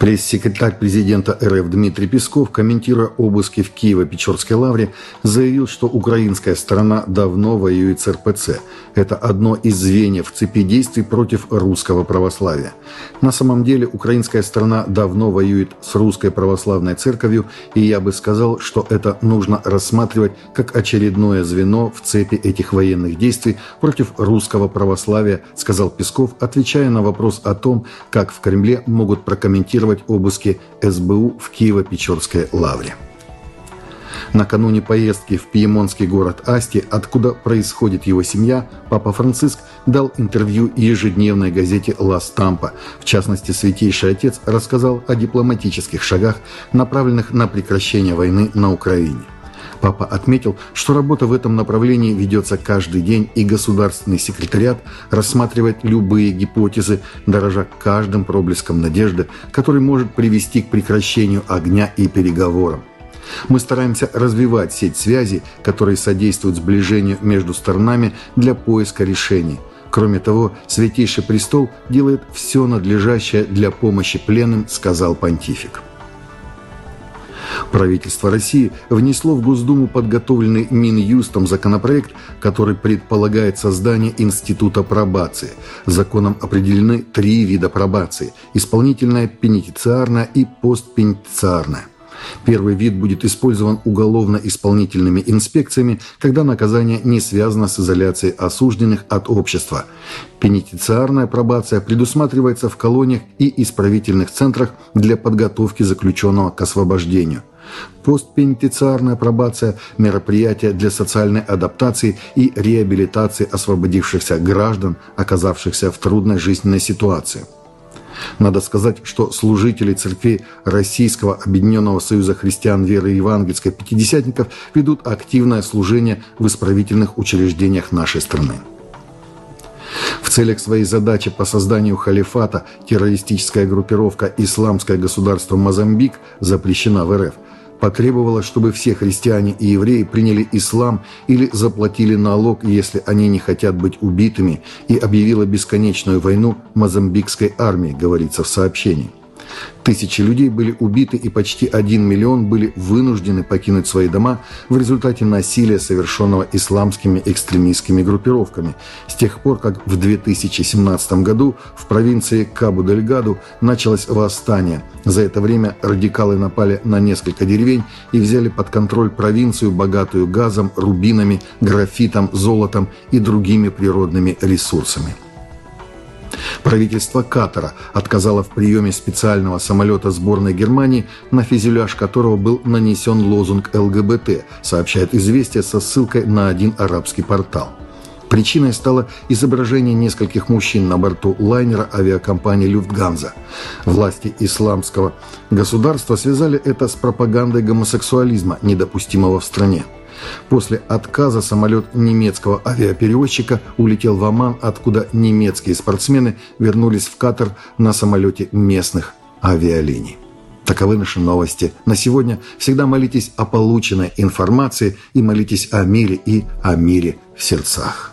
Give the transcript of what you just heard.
Пресс-секретарь президента РФ Дмитрий Песков, комментируя обыски в Киево-Печорской лавре, заявил, что украинская сторона давно воюет с РПЦ. Это одно из звеньев цепи действий против русского православия. На самом деле украинская сторона давно воюет с русской православной церковью, и я бы сказал, что это нужно рассматривать как очередное звено в цепи этих военных действий против русского православия, сказал Песков, отвечая на вопрос о том, как в Кремле могут прокомментировать обыски СБУ в Киево-Печорской лавре. Накануне поездки в пьемонтский город Асти, откуда происходит его семья, Папа Франциск дал интервью ежедневной газете «Ла Стампа». В частности, Святейший Отец рассказал о дипломатических шагах, направленных на прекращение войны на Украине. Папа отметил, что работа в этом направлении ведется каждый день, и государственный секретариат рассматривает любые гипотезы, дорожа каждым проблеском надежды, который может привести к прекращению огня и переговорам. Мы стараемся развивать сеть связей, которые содействуют сближению между сторонами для поиска решений. Кроме того, Святейший Престол делает все надлежащее для помощи пленным, сказал понтифик. Правительство России внесло в Госдуму подготовленный Минюстом законопроект, который предполагает создание института пробации. Законом определены 3 вида пробации – исполнительная, пенитенциарная и постпенитенциарная. Первый вид будет использован уголовно-исполнительными инспекциями, когда наказание не связано с изоляцией осужденных от общества. Пенитенциарная пробация предусматривается в колониях и исправительных центрах для подготовки заключенного к освобождению. Постпенитенциарная пробация – мероприятие для социальной адаптации и реабилитации освободившихся граждан, оказавшихся в трудной жизненной ситуации. Надо сказать, что служители церквей Российского Объединенного Союза Христиан Веры Евангельской Пятидесятников ведут активное служение в исправительных учреждениях нашей страны. В целях своей задачи по созданию халифата террористическая группировка «Исламское государство Мозамбик» запрещена в РФ. Потребовала, чтобы все христиане и евреи приняли ислам или заплатили налог, если они не хотят быть убитыми, и объявила бесконечную войну мозамбикской армии, говорится в сообщении. Тысячи людей были убиты, и почти 1 миллион были вынуждены покинуть свои дома в результате насилия, совершенного исламскими экстремистскими группировками, с тех пор, как в 2017 году в провинции Кабу-дель-Гаду началось восстание. За это время радикалы напали на несколько деревень и взяли под контроль провинцию, богатую газом, рубинами, графитом, золотом и другими природными ресурсами. Правительство Катара отказало в приеме специального самолета сборной Германии, на фюзеляж которого был нанесен лозунг ЛГБТ, сообщает «Известия» со ссылкой на один арабский портал. Причиной стало изображение нескольких мужчин на борту лайнера авиакомпании «Люфтганза». Власти исламского государства связали это с пропагандой гомосексуализма, недопустимого в стране. После отказа самолет немецкого авиаперевозчика улетел в Оман, откуда немецкие спортсмены вернулись в Катар на самолете местных авиалиний. Таковы наши новости. На сегодня всегда молитесь о полученной информации и молитесь о мире и о мире в сердцах.